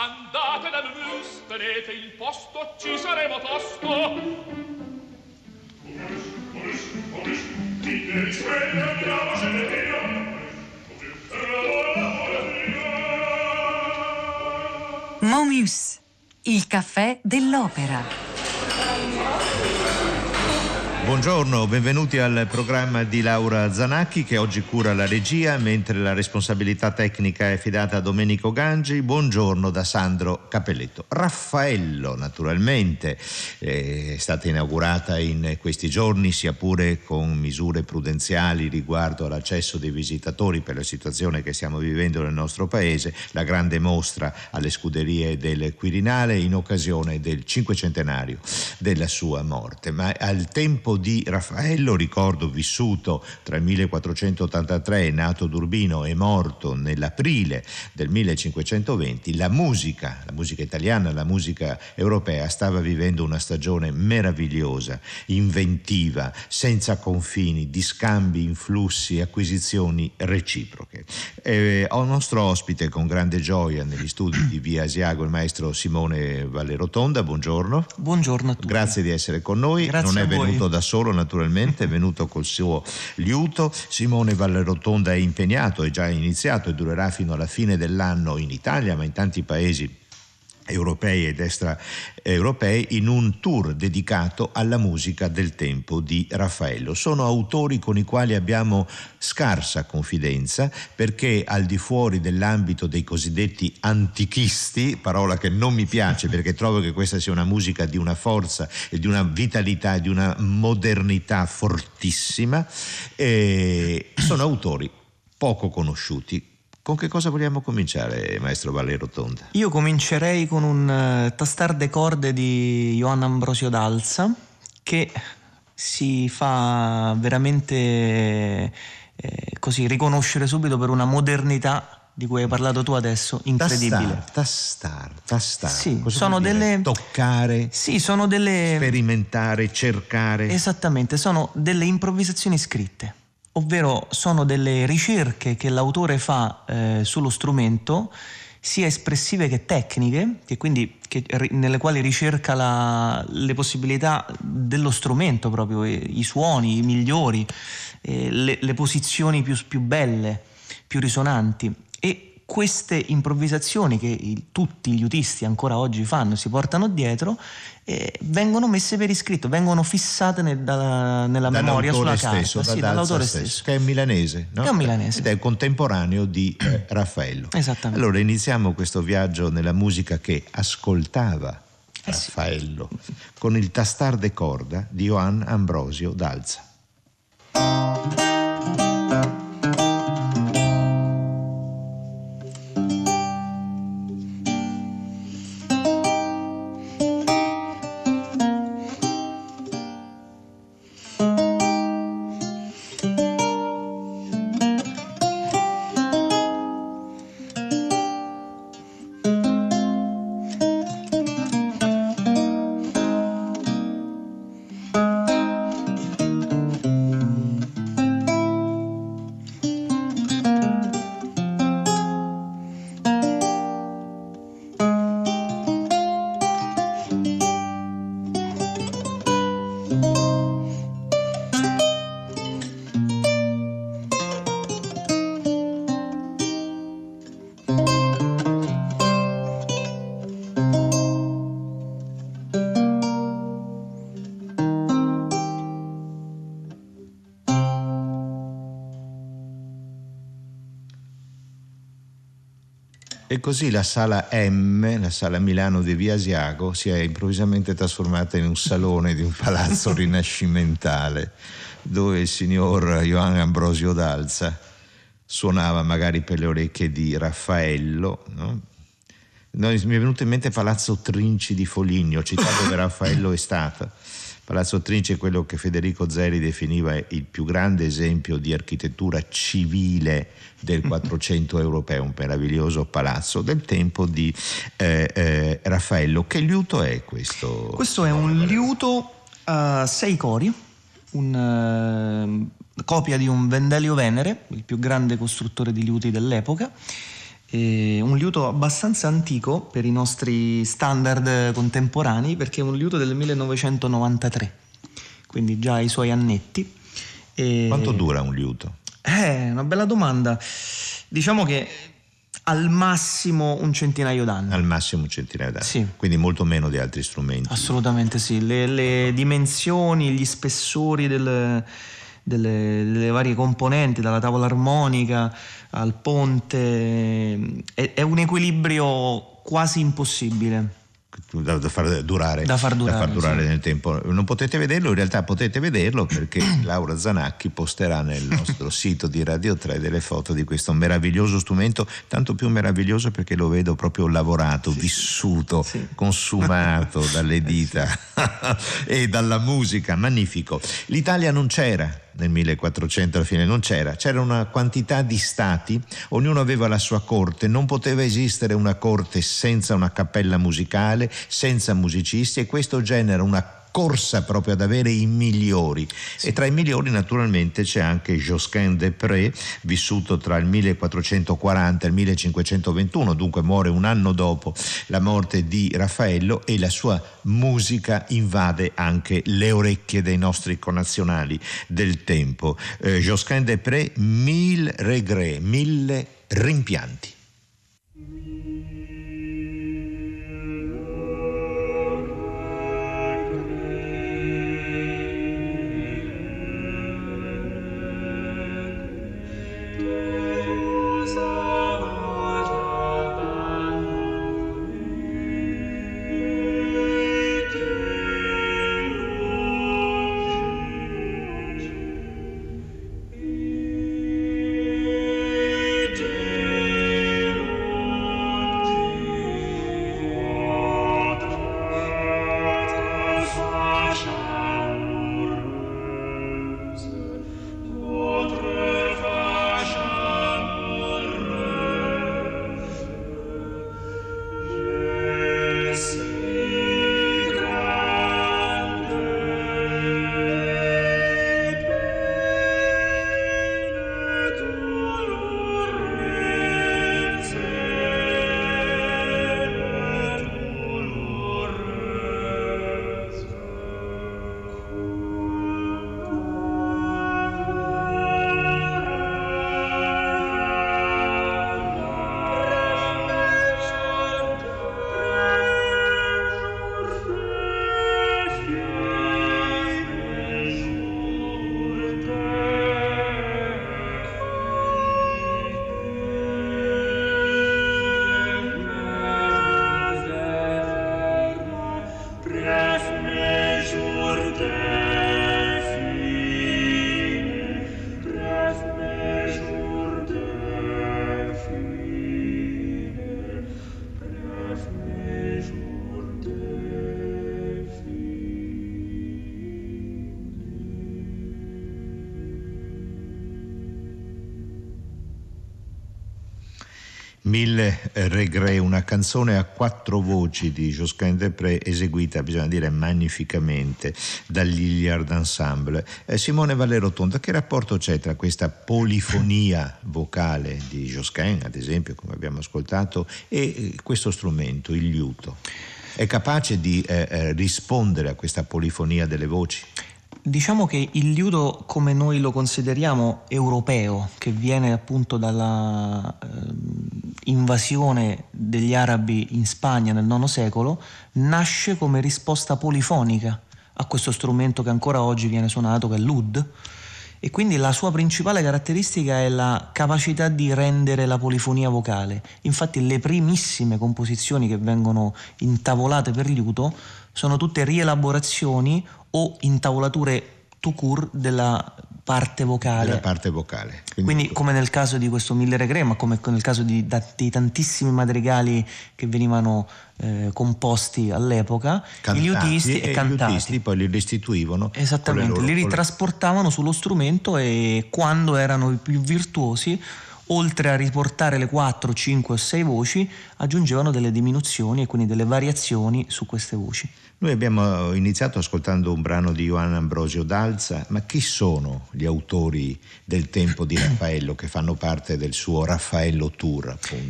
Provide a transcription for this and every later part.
andate da Mus, tenete il posto, ci saremo tosto. Momus, il caffè dell'opera. Buongiorno, benvenuti al programma di Laura Zanacchi che oggi cura la regia, mentre la responsabilità tecnica è affidata a Domenico Gangi. Buongiorno da Sandro Capelletto. Raffaello, naturalmente, è stata inaugurata in questi giorni, sia pure con misure prudenziali riguardo all'accesso dei visitatori per la situazione che stiamo vivendo nel nostro paese, la grande mostra alle scuderie del Quirinale in occasione del cinquecentenario della sua morte. Ma al tempo di Raffaello, ricordo vissuto tra il 1483, nato ad Urbino e morto nell'aprile del 1520, la musica italiana, la musica europea stava vivendo una stagione meravigliosa, inventiva, senza confini, di scambi, influssi, acquisizioni reciproche. Ho il nostro ospite con grande gioia negli studi di Via Asiago, il maestro Simone Vallerotonda. Buongiorno. Buongiorno a tutti. Grazie di essere con noi. Grazie. Non è a voi. venuto da solo, naturalmente, è venuto col suo liuto. Simone Vallerotonda è impegnato, è già iniziato e durerà fino alla fine dell'anno in Italia, ma in tanti paesi europei ed extraeuropei, in un tour dedicato alla musica del tempo di Raffaello. Sono autori con i quali abbiamo scarsa confidenza, perché al di fuori dell'ambito dei cosiddetti antichisti, parola che non mi piace perché trovo che questa sia una musica di una forza e di una vitalità e di una modernità fortissima, sono autori poco conosciuti. Con che cosa vogliamo cominciare, maestro Vallerotonda? Io comincerei con un Tastar de corde di Johann Ambrosio d'Alza, che si fa veramente così riconoscere subito per una modernità di cui hai parlato tu adesso, incredibile. Tastar. Sì, cosa sono vuol dire? delle Toccare, sì, sono delle sperimentare, cercare. Esattamente, sono delle improvvisazioni scritte. Ovvero sono delle ricerche che l'autore fa sullo strumento, sia espressive che tecniche, nelle quali ricerca le possibilità dello strumento proprio, i suoni, i migliori, le posizioni più belle, più risonanti. E queste improvvisazioni che tutti gli liutisti ancora oggi fanno, si portano dietro, vengono messe per iscritto, vengono fissate nella memoria, sulla carta, dall'autore stesso, che è milanese, no? Che è un milanese. Ed è contemporaneo di Raffaello. Esattamente. Allora iniziamo questo viaggio nella musica che ascoltava Raffaello, con il Tastar de corda di Johann Ambrosio d'Alza. E così la sala M, la sala Milano di Via Asiago, si è improvvisamente trasformata in un salone di un palazzo rinascimentale, dove il signor Johann Ambrosio d'Alza suonava magari per le orecchie di Raffaello, no? Mi è venuto in mente Palazzo Trinci di Foligno, città dove Raffaello è stato. Palazzo Trinci è quello che Federico Zeri definiva il più grande esempio di architettura civile del Quattrocento europeo, un meraviglioso palazzo del tempo di Raffaello. Che liuto è questo? Questo è un liuto a 6 cori, copia di un Vendelio Venere, il più grande costruttore di liuti dell'epoca, un liuto abbastanza antico per i nostri standard contemporanei, perché è un liuto del 1993, quindi già ai suoi annetti. Quanto dura un liuto? Una bella domanda. Diciamo che al massimo un centinaio d'anni. Al massimo un centinaio d'anni, sì. Quindi molto meno di altri strumenti. Assolutamente sì, le dimensioni, gli spessori delle varie componenti, dalla tavola armonica al ponte, è un equilibrio quasi impossibile. Da far durare sì. nel tempo. Non potete vederlo, in realtà potete vederlo, perché Laura Zanacchi posterà nel nostro sito di Radio 3 delle foto di questo meraviglioso strumento, tanto più meraviglioso perché lo vedo proprio lavorato, vissuto, consumato dalle dita e dalla musica. Magnifico. L'Italia non c'era nel 1400, alla fine non c'era una quantità di stati, ognuno aveva la sua corte, non poteva esistere una corte senza una cappella musicale, senza musicisti, e questo genera una corsa proprio ad avere i migliori. Sì. E tra i migliori naturalmente c'è anche Josquin des Prez, vissuto tra il 1440 e il 1521, dunque muore un anno dopo la morte di Raffaello, e la sua musica invade anche le orecchie dei nostri connazionali del tempo. Josquin des Prez, 1000 regrets, 1000 rimpianti. Mille regrets, una canzone a 4 voci di Josquin des Prez, eseguita, bisogna dire, magnificamente dall'Hilliard Ensemble. Simone Vallerotonda, che rapporto c'è tra questa polifonia vocale di Josquin, ad esempio, come abbiamo ascoltato, e questo strumento, il liuto? È capace di rispondere a questa polifonia delle voci? Diciamo che il liuto, come noi lo consideriamo europeo, che viene appunto dalla invasione degli arabi in Spagna nel IX secolo, nasce come risposta polifonica a questo strumento che ancora oggi viene suonato, che è l'oud, e quindi la sua principale caratteristica è la capacità di rendere la polifonia vocale. Infatti le primissime composizioni che vengono intavolate per liuto sono tutte rielaborazioni o intavolature tout court della parte vocale. Della parte vocale. Quindi come nel caso di questo 1000 regrets, ma come nel caso di tantissimi madrigali che venivano composti all'epoca, cantati, i liutisti e cantati. Gli liutisti poi li restituivano. Esattamente, li ritrasportavano sullo strumento, e quando erano i più virtuosi, oltre a riportare le 4, 5 o 6 voci, aggiungevano delle diminuzioni e quindi delle variazioni su queste voci. Noi abbiamo iniziato ascoltando un brano di Johann Ambrosio Dalza, ma chi sono gli autori del tempo di Raffaello che fanno parte del suo Raffaello Tour, appunto?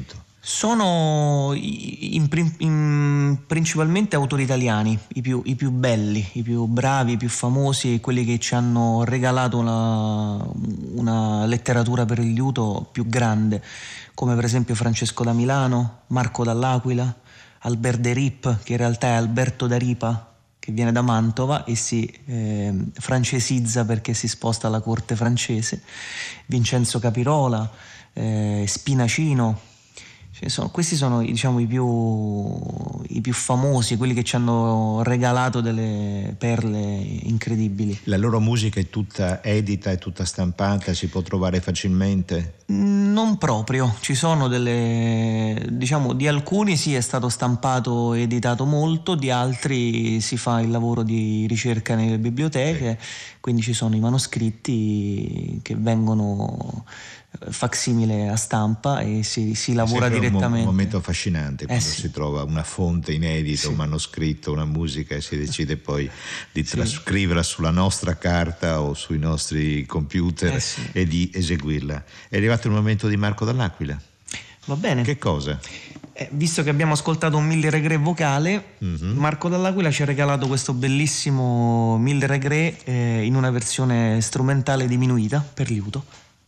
Sono principalmente autori italiani, i più belli, i più bravi, i più famosi, quelli che ci hanno regalato una letteratura per il liuto più grande, come per esempio Francesco da Milano, Marco dall'Aquila, Albert de Rip, che in realtà è Alberto da Ripa, che viene da Mantova e si francesizza perché si sposta alla corte francese, Vincenzo Capirola, Spinacino. Questi sono, diciamo, i più famosi, quelli che ci hanno regalato delle perle incredibili. La loro musica è tutta edita, è tutta stampata, si può trovare facilmente? Non proprio, ci sono di alcuni sì, è stato stampato e editato molto, di altri si fa il lavoro di ricerca nelle biblioteche, quindi ci sono i manoscritti che vengono facsimile a stampa e si lavora direttamente. È un momento affascinante quando sì. Si trova una fonte inedita, un manoscritto, una musica e si decide poi di trascriverla sulla nostra carta o sui nostri computer e di eseguirla. È arrivato il momento di Marco dall'Aquila. Va bene. Che cosa? Visto che abbiamo ascoltato un Mille Regré vocale, Marco dall'Aquila ci ha regalato questo bellissimo Mille Regré in una versione strumentale diminuita per liuto.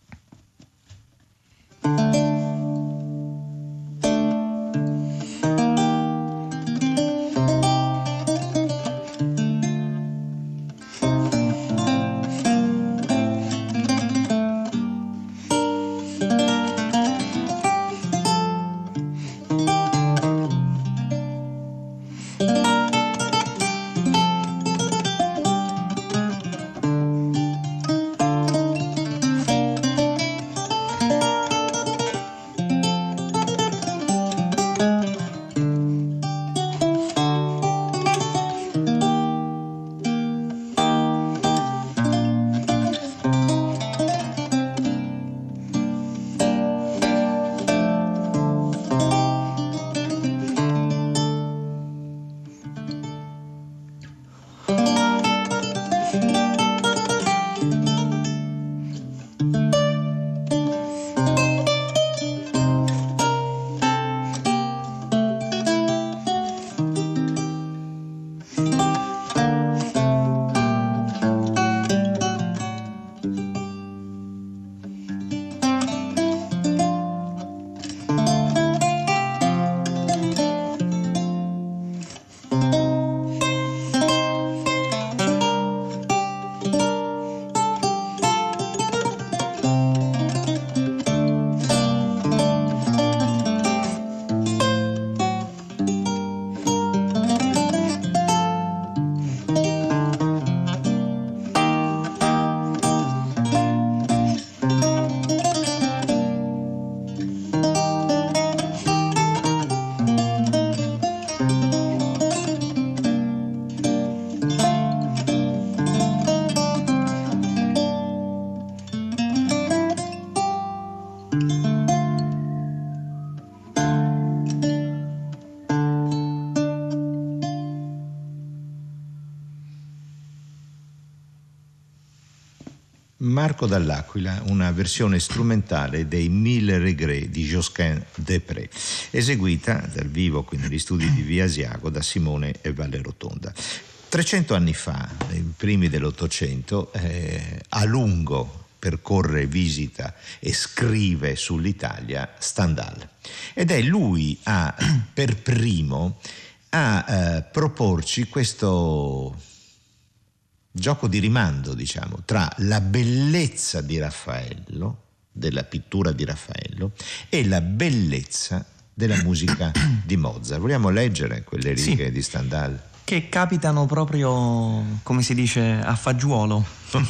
Marco dall'Aquila, una versione strumentale dei Mille Regré di Josquin des Prez, eseguita dal vivo qui negli studi di Via Asiago da Simone e Valle Rotonda. 300 anni fa, nei primi dell'Ottocento, a lungo percorre, visita e scrive sull'Italia Stendhal. Ed è lui per primo a proporci questo gioco di rimando, diciamo, tra la bellezza di Raffaello, della pittura di Raffaello, e la bellezza della musica di Mozart. Vogliamo leggere quelle righe di Stendhal? Che capitano proprio, come si dice, a fagiolo.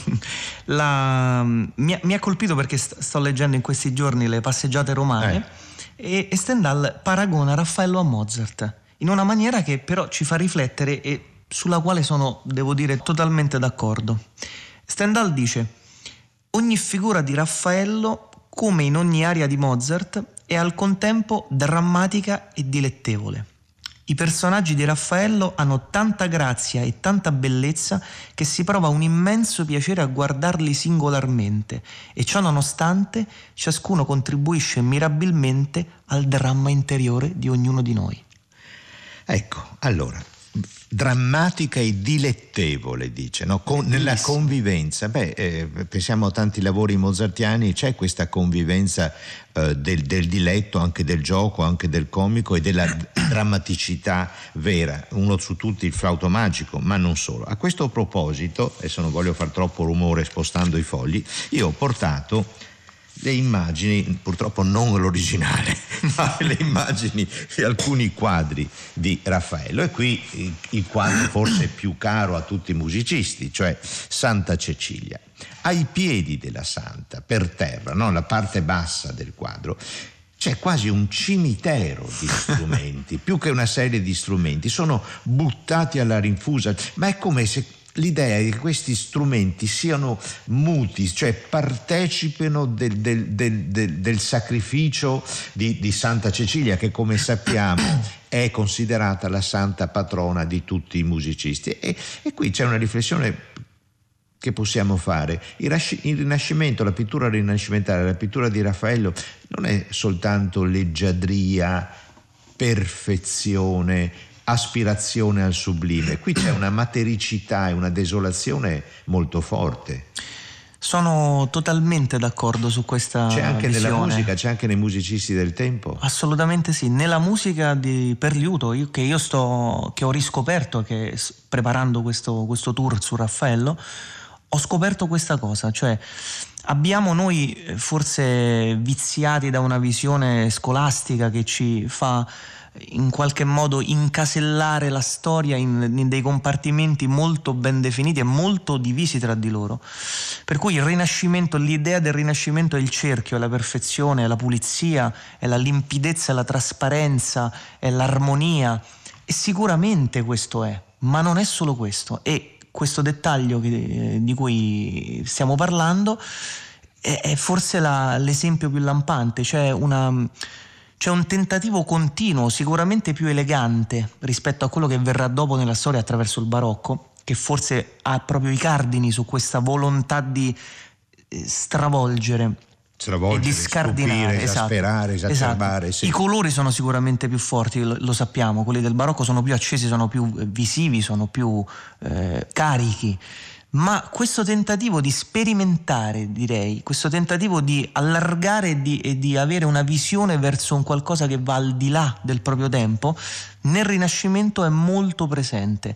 Mi ha colpito perché sto leggendo in questi giorni le passeggiate romane e Stendhal paragona Raffaello a Mozart in una maniera che però ci fa riflettere e sulla quale sono, devo dire, totalmente d'accordo. Stendhal dice: ogni figura di Raffaello, come in ogni aria di Mozart, è al contempo drammatica e dilettevole. I personaggi di Raffaello hanno tanta grazia e tanta bellezza che si prova un immenso piacere a guardarli singolarmente e ciò nonostante ciascuno contribuisce mirabilmente al dramma interiore di ognuno di noi. Ecco, allora, drammatica e dilettevole, dice, no? Nella convivenza. Pensiamo a tanti lavori mozartiani, c'è questa convivenza del diletto, anche del gioco, anche del comico e della drammaticità vera. Uno su tutti il Flauto Magico, ma non solo. A questo proposito, adesso non voglio far troppo rumore spostando i fogli, io ho portato le immagini, purtroppo non l'originale, ma le immagini di alcuni quadri di Raffaello, e qui il quadro forse più caro a tutti i musicisti, cioè Santa Cecilia. Ai piedi della Santa, per terra, no? La parte bassa del quadro, c'è quasi un cimitero di strumenti, più che una serie di strumenti, sono buttati alla rinfusa, ma è come se l'idea è che questi strumenti siano muti, cioè partecipino del sacrificio di Santa Cecilia, che come sappiamo è considerata la santa patrona di tutti i musicisti. E qui c'è una riflessione che possiamo fare. Il Rinascimento, la pittura rinascimentale, la pittura di Raffaello non è soltanto leggiadria, perfezione, aspirazione al sublime. Qui c'è una matericità e una desolazione molto forte. Sono totalmente d'accordo su questa visione. C'è anche visione. nella musica, c'è anche nei musicisti del tempo. Assolutamente sì. Nella musica per liuto che ho riscoperto, preparando questo tour su Raffaello, ho scoperto questa cosa, cioè abbiamo noi forse viziati da una visione scolastica che ci fa in qualche modo incasellare la storia in dei compartimenti molto ben definiti e molto divisi tra di loro, per cui il Rinascimento, l'idea del Rinascimento è il cerchio, è la perfezione, è la pulizia, è la limpidezza, è la trasparenza, è l'armonia, e sicuramente questo è, ma non è solo questo. E questo dettaglio di cui stiamo parlando è forse l'esempio più lampante. C'è un tentativo continuo, sicuramente più elegante rispetto a quello che verrà dopo nella storia attraverso il barocco, che forse ha proprio i cardini su questa volontà di stravolgere e di scardinare, stupire, esasperare, esacerbare. Esatto. Sì. I colori sono sicuramente più forti, lo sappiamo, quelli del barocco sono più accesi, sono più visivi, sono più carichi. Ma questo tentativo di sperimentare, direi, questo tentativo di allargare e di avere una visione verso un qualcosa che va al di là del proprio tempo, nel Rinascimento è molto presente.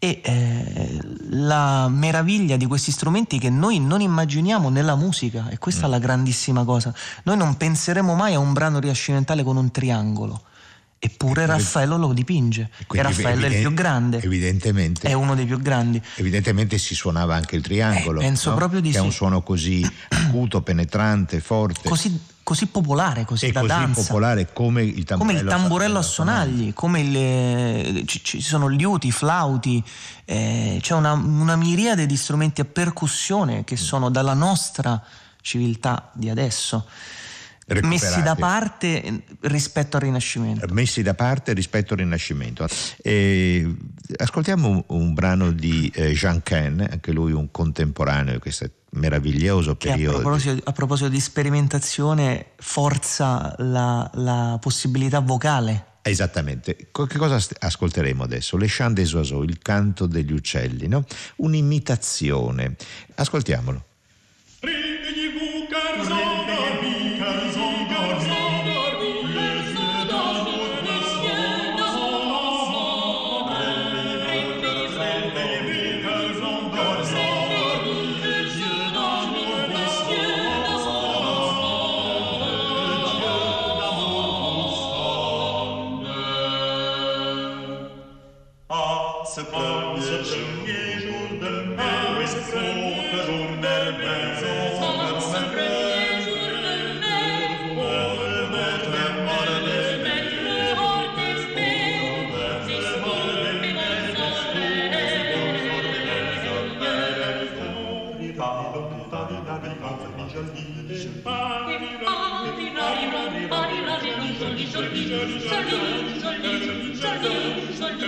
E la meraviglia di questi strumenti che noi non immaginiamo nella musica, e questa è la grandissima cosa. Noi non penseremo mai a un brano rinascimentale con un triangolo. Eppure Raffaello lo dipinge, e Raffaello è il più grande, evidentemente è uno dei più grandi. Evidentemente si suonava anche il triangolo, penso proprio di che sì. È un suono così acuto, penetrante, forte, così popolare, così da così danza, popolare come il tamburello a sonagli, come ci sono liuti, flauti, c'è una miriade di strumenti a percussione che sono dalla nostra civiltà di adesso, messi da parte rispetto al Rinascimento. Ascoltiamo un brano di Jean Ken, anche lui un contemporaneo di questo meraviglioso periodo. A proposito di sperimentazione, forza la possibilità vocale. Esattamente. Che cosa ascolteremo adesso? Le Chant des Oiseaux, il canto degli uccelli, no? Un'imitazione. Ascoltiamolo. Ce premier jour de mai, ce jour merveilleux, ce premier jour de mai, pour notre mort de mettre haute espérance, c'est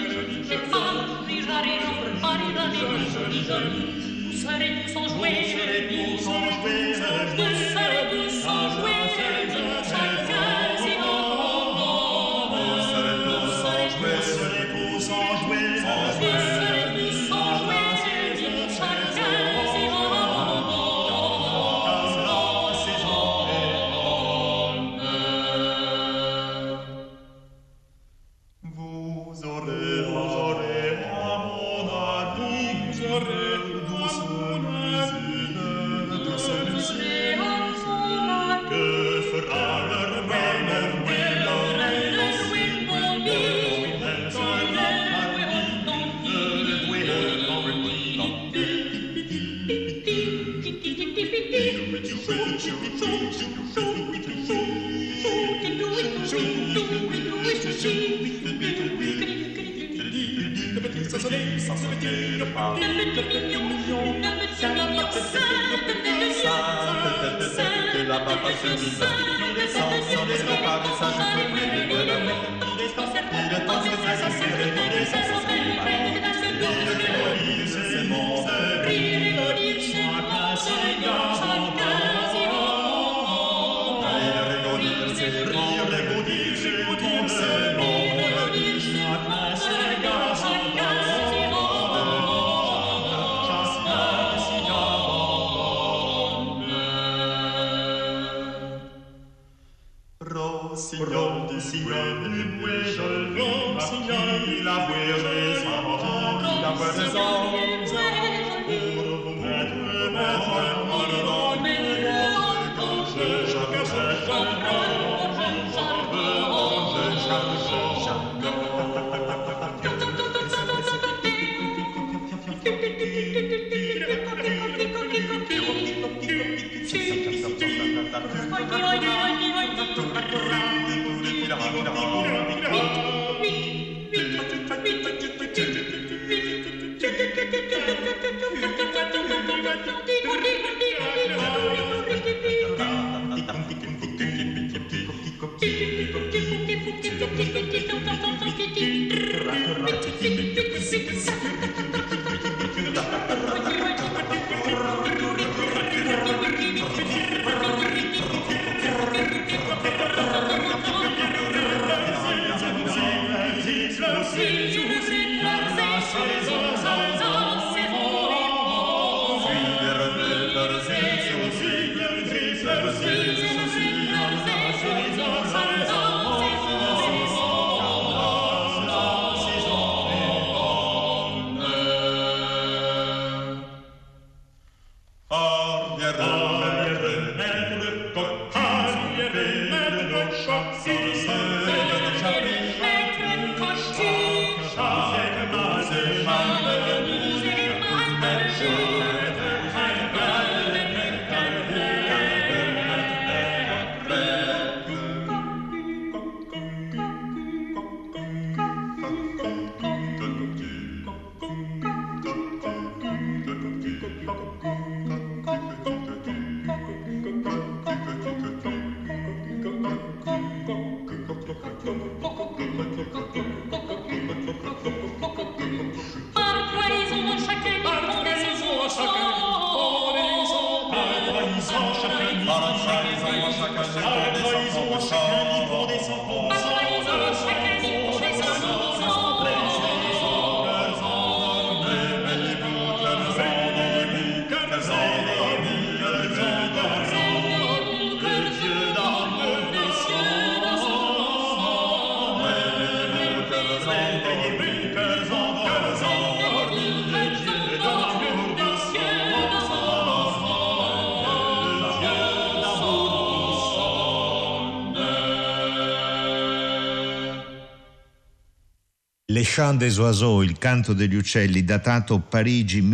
Les Chants des Oiseaux, il canto degli uccelli, datato Parigi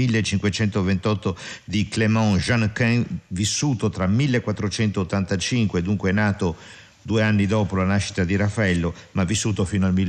1528 di Clément Jeannequin, vissuto tra 1485, dunque nato 2 anni dopo la nascita di Raffaello, ma vissuto fino al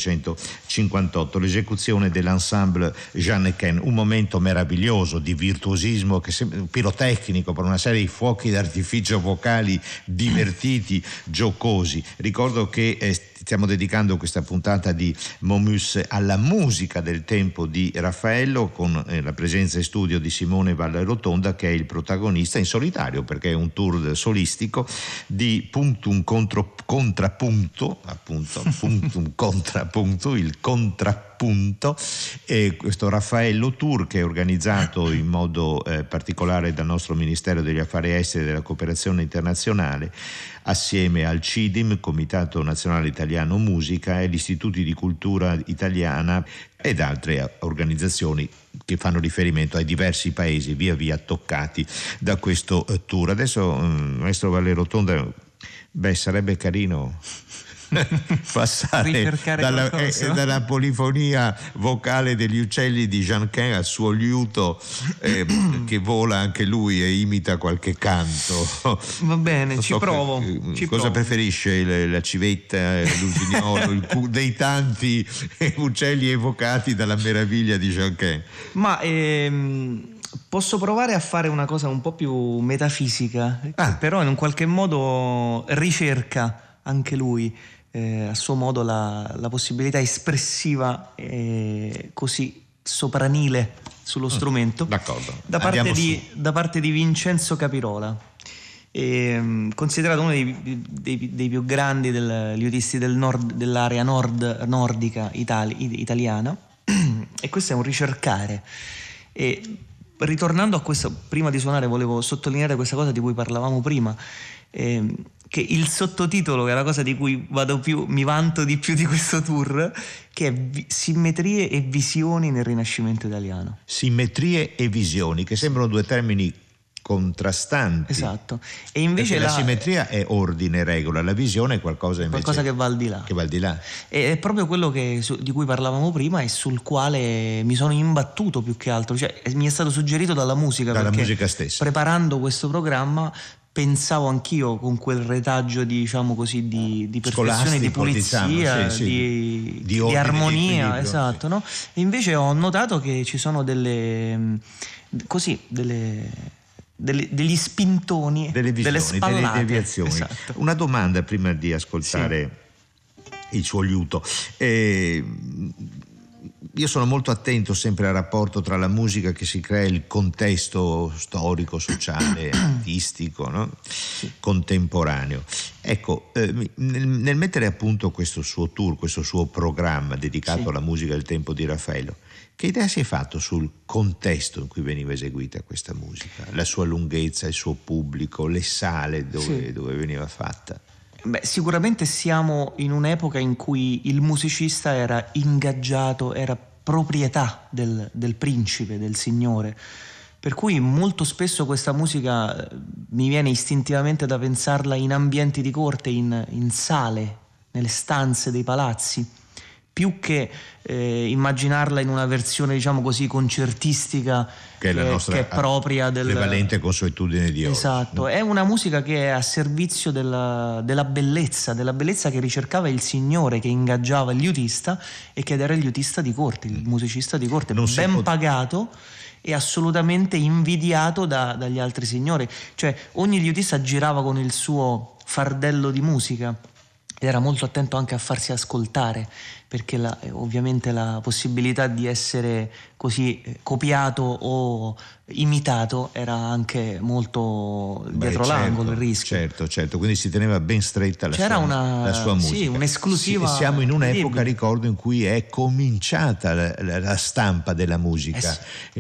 1558. L'esecuzione dell'ensemble Jeanneken, un momento meraviglioso di virtuosismo pirotecnico, per una serie di fuochi d'artificio vocali divertiti, giocosi. Ricordo che stiamo dedicando questa puntata di Momus alla musica del tempo di Raffaello, con la presenza in studio di Simone Valle-Rotonda, che è il protagonista in solitario, perché è un tour solistico di Punctum Contrapunto, appunto, Punctum Contrapunto, il contrappunto, e questo Raffaello Tour, che è organizzato in modo particolare dal nostro Ministero degli Affari Esteri e della Cooperazione Internazionale, assieme al CIDIM, Comitato Nazionale Italiano Musica, e gli Istituti di Cultura Italiana ed altre organizzazioni che fanno riferimento ai diversi paesi via via toccati da questo tour. Adesso, maestro Valle-Rotonda, sarebbe carino passare dalla polifonia vocale degli uccelli di Jeanneken al suo liuto, che vola anche lui e imita qualche canto. Va bene, ci provo. Cosa preferisce, la civetta, l'usignolo, dei tanti uccelli evocati dalla meraviglia di Jeanneken? Ma posso provare a fare una cosa un po' più metafisica, però in un qualche modo ricerca anche lui a suo modo la possibilità espressiva così sopranile sullo strumento. D'accordo. Da parte di Vincenzo Capirola, considerato uno dei più grandi liutisti dell'area nordica italiana, e questo è un ricercare. E ritornando a questo, prima di suonare volevo sottolineare questa cosa di cui parlavamo prima, che il sottotitolo, che è la cosa di cui mi vanto di più di questo tour, che è Simmetrie e visioni nel Rinascimento italiano. Simmetrie e visioni, che sembrano due termini contrastanti. Esatto. E invece la simmetria è ordine, regola, la visione è qualcosa che va al di là. Che va al di là. E è proprio quello di cui parlavamo prima e sul quale mi sono imbattuto più che altro, cioè mi è stato suggerito dalla musica stessa. Preparando questo programma pensavo anch'io con quel retaggio, diciamo così, di perfezione, di pulizia, diciamo, di armonia, esatto, no? E invece ho notato che ci sono degli spintoni, delle visioni, delle spallate, delle deviazioni. Esatto. Una domanda prima di ascoltare il suo liuto. Io sono molto attento sempre al rapporto tra la musica che si crea e il contesto storico, sociale, artistico, no? Contemporaneo. Ecco, nel mettere a punto questo suo tour, questo suo programma dedicato alla musica del tempo di Raffaello, che idea si è fatto sul contesto in cui veniva eseguita questa musica? La sua lunghezza, il suo pubblico, le sale dove veniva fatta? Sicuramente siamo in un'epoca in cui il musicista era ingaggiato, era proprietà del principe, del signore, per cui molto spesso questa musica mi viene istintivamente da pensarla in ambienti di corte, in sale, nelle stanze dei palazzi, più che immaginarla in una versione, diciamo così, concertistica che è la nostra, che è propria del prevalente consuetudine di oggi. Esatto, è una musica che è a servizio della bellezza che ricercava il signore, che ingaggiava il liutista e che era il liutista di corte, il musicista di corte, pagato e assolutamente invidiato dagli altri signori. Cioè ogni liutista girava con il suo fardello di musica ed era molto attento anche a farsi ascoltare, perché ovviamente la possibilità di essere così copiato o imitato era anche molto dietro l'angolo, il rischio. Certo, quindi si teneva ben stretta la sua musica. Sì, un'esclusiva. Siamo in un'epoca, ricordo, in cui è cominciata la stampa della musica.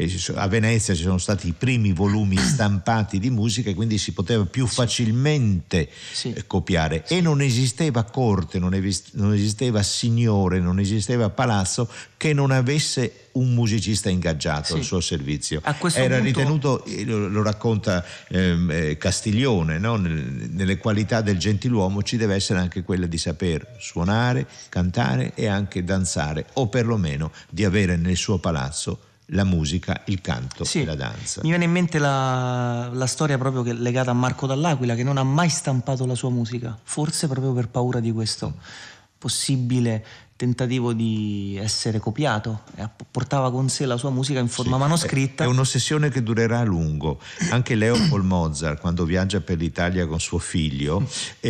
A Venezia ci sono stati i primi volumi stampati di musica, e quindi si poteva più facilmente copiare. E non esisteva corte, non esisteva signore, non esisteva palazzo che non avesse un musicista ingaggiato al suo servizio. Era ritenuto, lo racconta Castiglione, no? Nelle qualità del gentiluomo ci deve essere anche quella di saper suonare, cantare e anche danzare, o perlomeno di avere nel suo palazzo la musica, il canto Sì, e la danza. mi viene in mente la storia proprio legata a Marco Dall'Aquila, che non ha mai stampato la sua musica, forse proprio per paura di questo possibile tentativo di essere copiato, e portava con sé la sua musica in forma manoscritta. È un'ossessione che durerà a lungo. Anche Leopold Mozart, quando viaggia per l'Italia con suo figlio,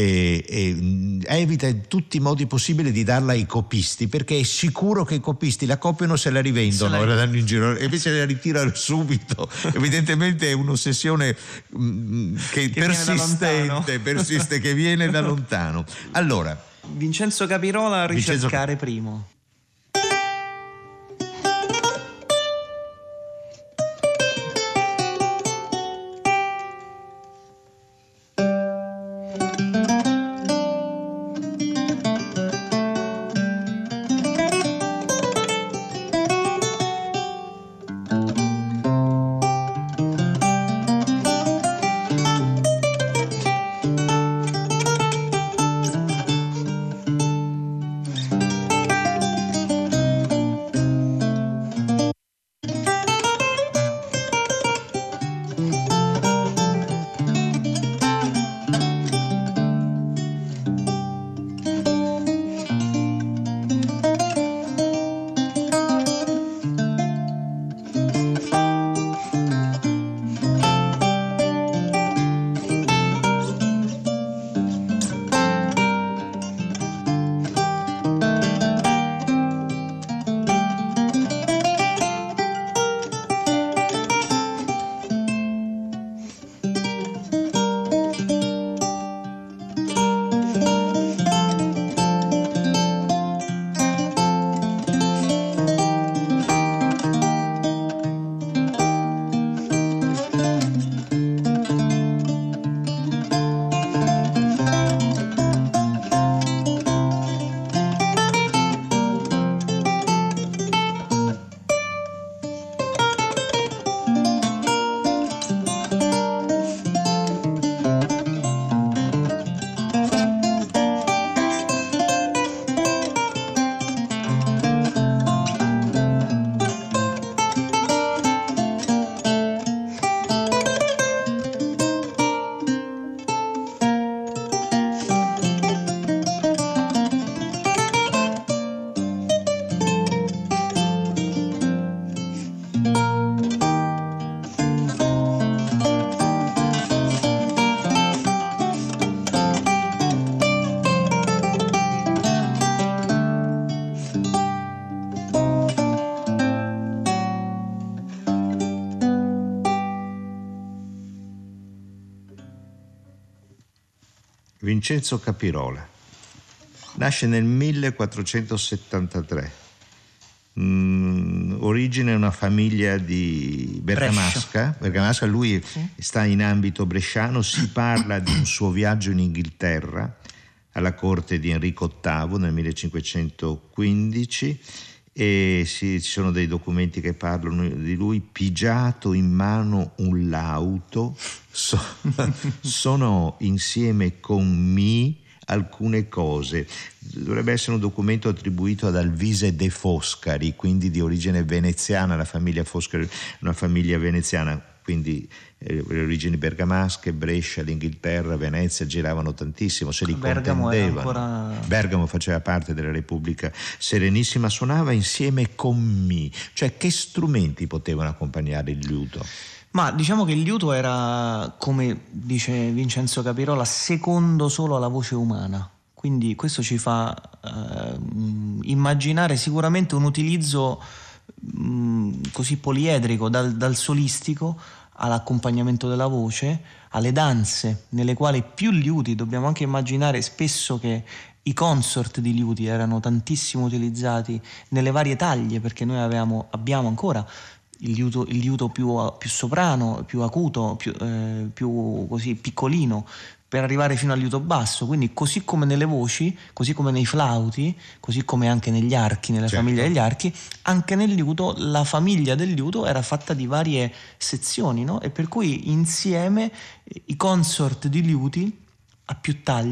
evita in tutti i modi possibili di darla ai copisti, perché è sicuro che i copisti la copiano, se la rivendono e la danno in giro, e invece la ritira subito. Evidentemente è un'ossessione che persiste, che viene da lontano. Allora, Vincenzo Capirola, Ricercare primo. Vincenzo Capirola nasce nel 1473, origine una famiglia di bergamasca. Lui sta in ambito bresciano. Si parla di un suo viaggio in Inghilterra alla corte di Enrico VIII nel 1515, e ci sono dei documenti che parlano di lui: pigiato in mano un lauto, sono insieme con me alcune cose. Dovrebbe essere un documento attribuito ad Alvise de Foscari, quindi di origine veneziana. La famiglia Foscari, una famiglia veneziana, quindi le origini bergamasche, Brescia, l'Inghilterra, Venezia giravano tantissimo, se li contendevano. Bergamo faceva parte della Repubblica Serenissima. Suonava insieme con me, cioè che strumenti potevano accompagnare il liuto? Ma diciamo che il liuto era, come dice Vincenzo Capirola, secondo solo alla voce umana, quindi questo ci fa immaginare sicuramente un utilizzo così poliedrico, dal solistico all'accompagnamento della voce, alle danze, nelle quali più liuti. Dobbiamo anche immaginare spesso che i consort di liuti erano tantissimo utilizzati nelle varie taglie, perché noi abbiamo ancora il liuto più soprano, più acuto, più così piccolino, per arrivare fino al liuto basso. Quindi così come nelle voci, così come nei flauti, così come anche negli archi, nella famiglia degli archi, anche nel liuto la famiglia del liuto era fatta di varie sezioni, no? E per cui insieme i consort di liuti a più taglie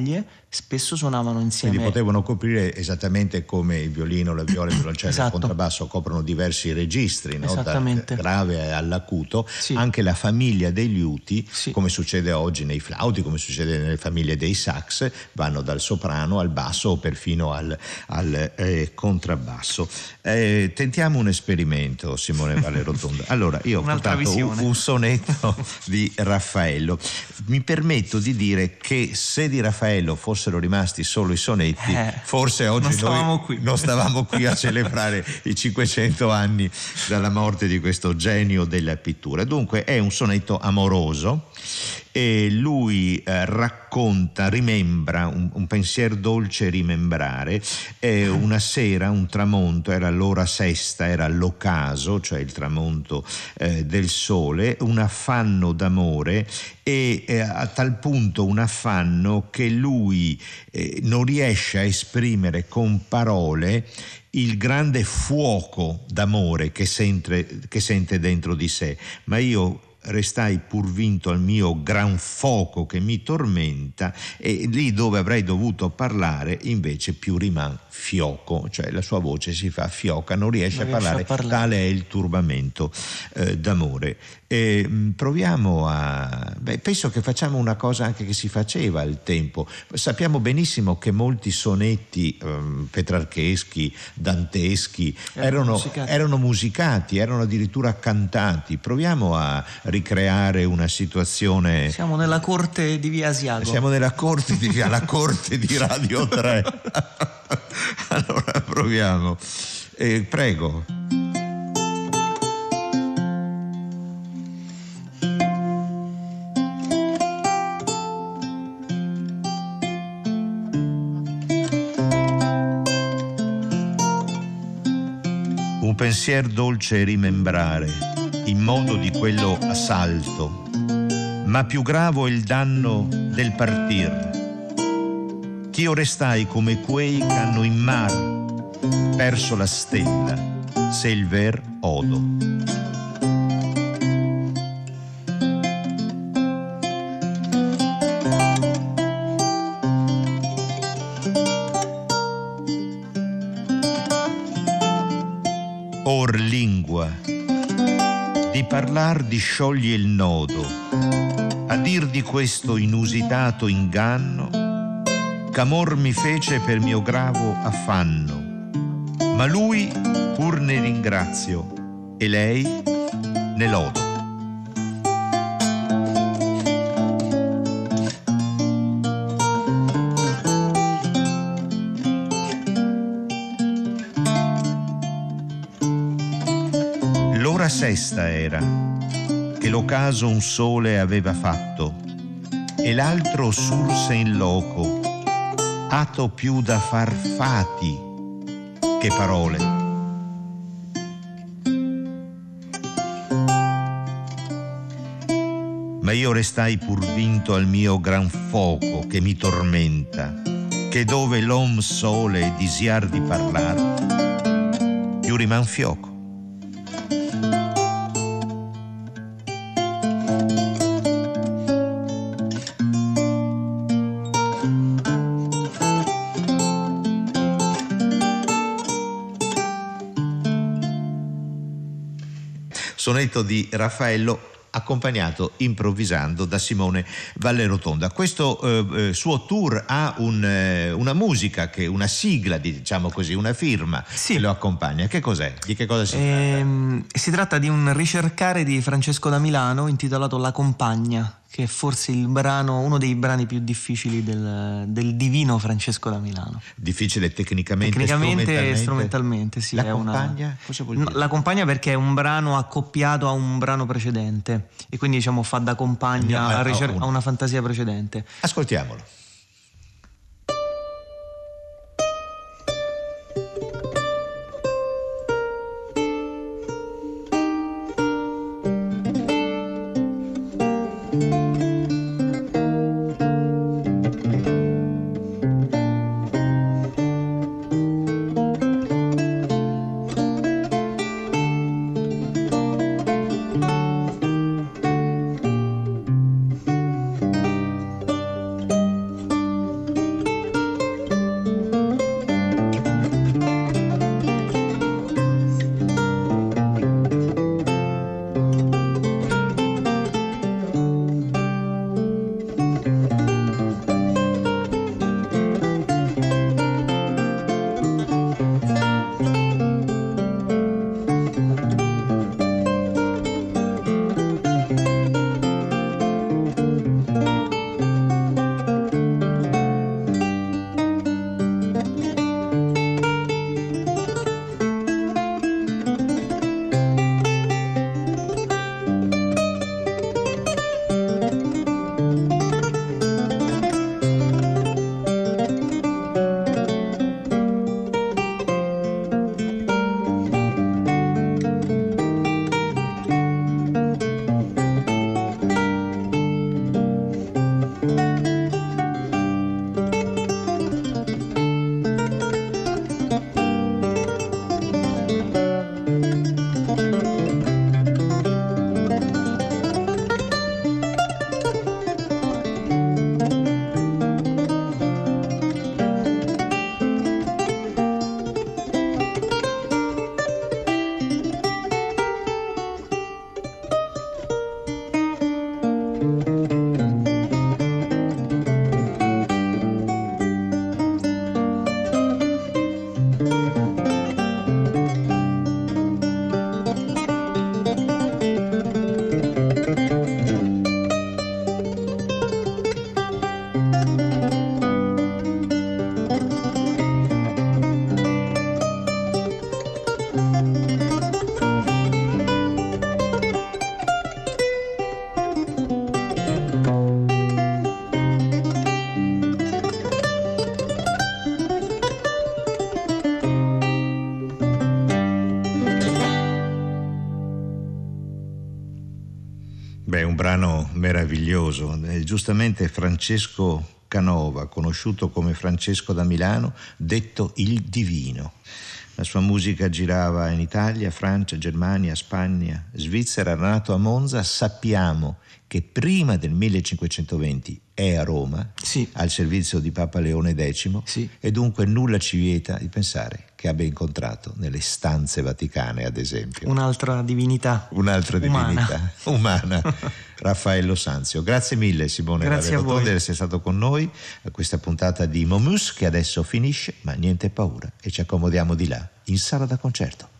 spesso suonavano insieme. Quindi potevano coprire esattamente come il violino, la viola, il violoncello e Esatto. il contrabbasso coprono diversi registri, no? Esattamente. Dal grave all'acuto, Sì. anche la famiglia dei liuti, Sì. come succede oggi nei flauti, come succede nelle famiglie dei sax, vanno dal soprano al basso o perfino al contrabbasso. Tentiamo un esperimento, Simone Valle Rotonda. Allora, io ho Un'altra portato visione. un sonetto di Raffaello. Mi permetto di dire che se di Raffaello fossero rimasti solo i sonetti, forse oggi non stavamo qui a celebrare i 500 anni dalla morte di questo genio della pittura. Dunque è un sonetto amoroso e lui racconta, rimembra un pensier dolce rimembrare. Una sera, un tramonto, era l'ora sesta, era l'ocaso, cioè il tramonto del sole, un affanno d'amore e a tal punto un affanno che lui non riesce a esprimere con parole il grande fuoco d'amore che sente dentro di sé. Ma io restai pur vinto al mio gran foco che mi tormenta, e lì dove avrei dovuto parlare invece più riman fioco, cioè la sua voce si fa fioca, non riesce a parlare, tale è il turbamento d'amore. Proviamo penso che facciamo una cosa anche che si faceva al tempo. Sappiamo benissimo che molti sonetti petrarcheschi, danteschi erano musicati, erano addirittura cantati. Proviamo a ricreare una situazione. Siamo nella corte di Via Asiago. Siamo nella corte di Via, la corte di Radio 3. Allora proviamo. Prego. Un pensier dolce rimembrare, in modo di quello assalto, ma più gravo è il danno del partir. Ch'io restai come quei ch'hanno in mar perso la stella, se il ver odo. Or lingua, di parlar discioglie il nodo, a dir di questo inusitato inganno, ch'amor mi fece per mio gravo affanno, ma lui pur ne ringrazio e lei ne lodo. L'ora sesta era, che l'ocaso un sole aveva fatto, e l'altro surse in loco, ato più da far fati che parole. Ma io restai pur vinto al mio gran foco che mi tormenta, che dove l'om sole disiar di parlar, più riman fioco. Sonetto di Raffaello, accompagnato improvvisando da Simone Valle Rotonda. Questo suo tour ha una musica, una sigla, diciamo così, una firma che lo accompagna. Che cos'è? Di che cosa si tratta? Si tratta di un ricercare di Francesco da Milano intitolato La Compagna, che è forse uno dei brani più difficili del divino Francesco da Milano. Difficile tecnicamente e strumentalmente, sì. La Compagna? Cosa vuol dire? La Compagna perché è un brano accoppiato a un brano precedente e quindi diciamo fa da compagna a una fantasia precedente. Ascoltiamolo. Beh, un brano meraviglioso. Giustamente Francesco Canova, conosciuto come Francesco da Milano, detto il Divino. La sua musica girava in Italia, Francia, Germania, Spagna, Svizzera. Era nato a Monza. Sappiamo che prima del 1520 è a Roma, Sì. al servizio di Papa Leone X, Sì. e dunque nulla ci vieta di pensare che abbia incontrato nelle stanze vaticane, ad esempio, Un'altra divinità. un'altra divinità umana, Raffaello Sanzio. Grazie mille, Simone Grazie a voi. Rotondi, di essere stato con noi a questa puntata di Momus, che adesso finisce, ma niente paura, e ci accomodiamo di là, in sala da concerto.